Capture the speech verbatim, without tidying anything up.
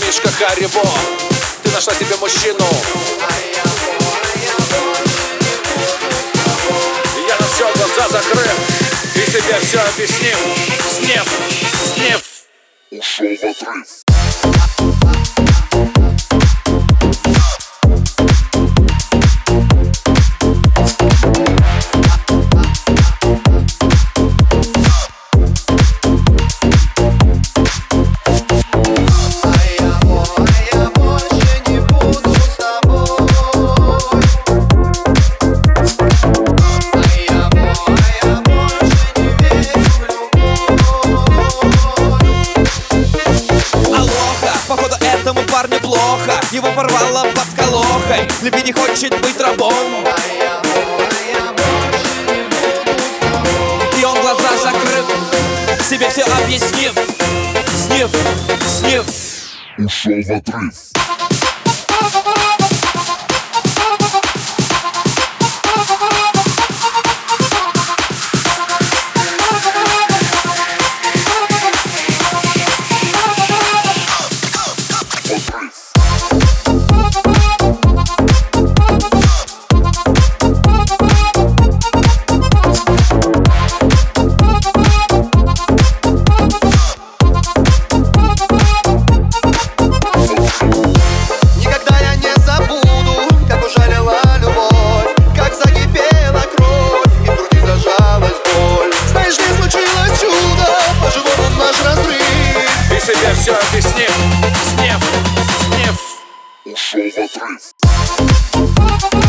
Мишка Харибо, ты нашла себе мужчину. Я на все глаза закрыл и себе все объяснил. Снев, снев, ушел в отрыв. Парню плохо, его порвало под колохой. Любви не хочет быть рабом, и он глаза закрыв, себе все объяснив. Снив, снив, ушел в отрыв. Себе все объяснил. Снев, снев, ушел в отрыв.